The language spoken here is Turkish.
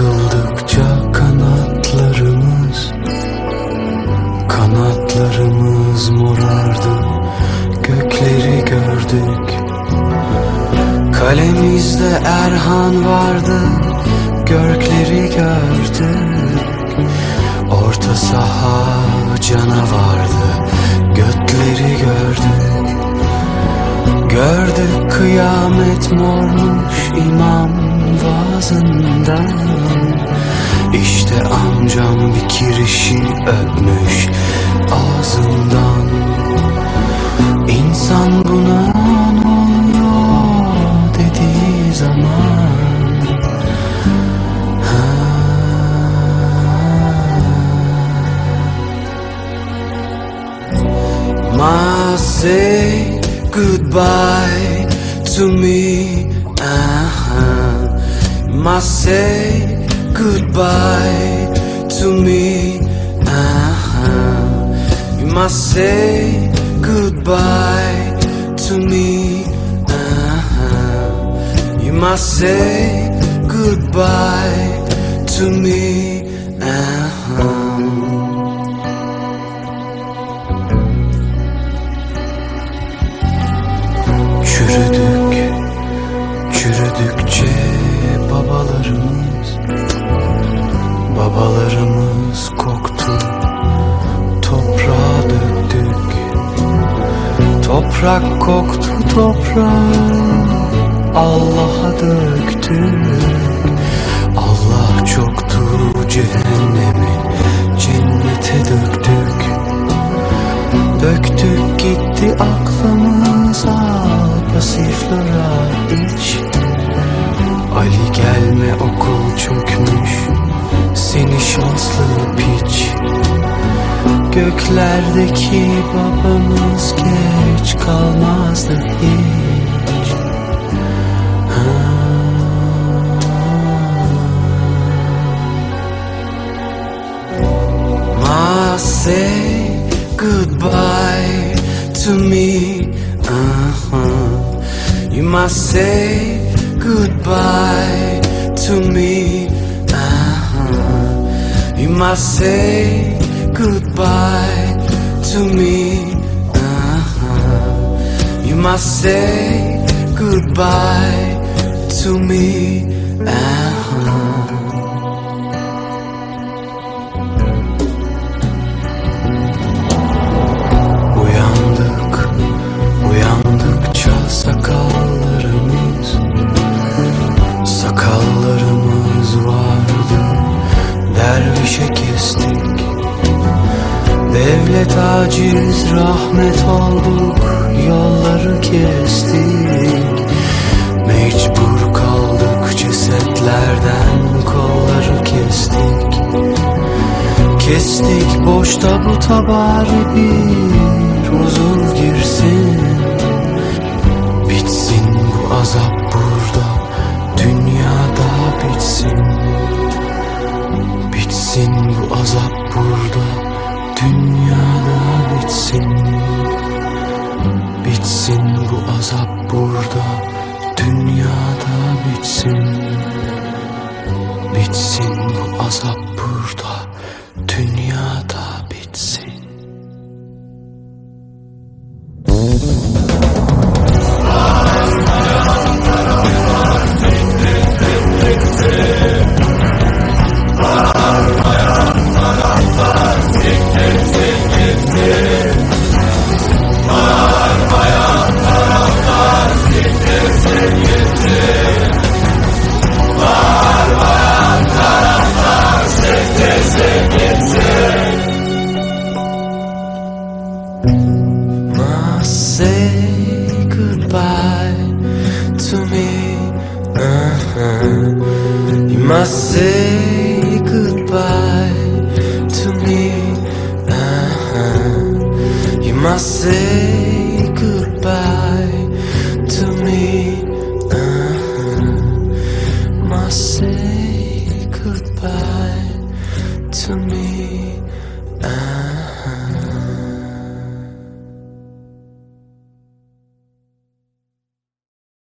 Kırıldıkça kanatlarımız morardı. Gökleri gördük. Kalemizde Erhan vardı. Görkleri gördük. Orta saha canavardı. Götleri gördük. Gördük kıyamet mormuş imam vaazından. İşte amcam bir kirişi öpmüş ağzından. İnsan buna ne oluyor dediği zaman must say goodbye to me. Must say goodbye to me. You must say goodbye to me. You must say goodbye to me. Çürüdükçe babalarımız koktu. Toprağa döktük. Toprak koktu, toprağı Allah'a döktük. Allah çoktu, cehennemi cennete döktük. Döktük gitti aklımız, al pasiflora iç. Ali gelme, okul çökmüş, seni şanslı piç. Göklerdeki babamız geç kalmazdı hiç. Must say goodbye to me. You must say goodbye to me. You must say goodbye to me. You must say goodbye to me. Uyandıkça sakallarımız vardı. Dervişe kestik. Devlet aciz, rahmet olduk, yolları kestik. Mecbur kaldık, cesetlerden kolları kestik. Kestik boş tabuta, bari bir huzur girsin. Bitsin bu azap burada, dünyada bitsin. Bitsin bu azap burada, dünyada bitsin. Bitsin bu azap burada, dünyada bitsin. Bitsin bu azap burada, dünyada bitsin. Say goodbye to me. You must say goodbye to me. You must say goodbye.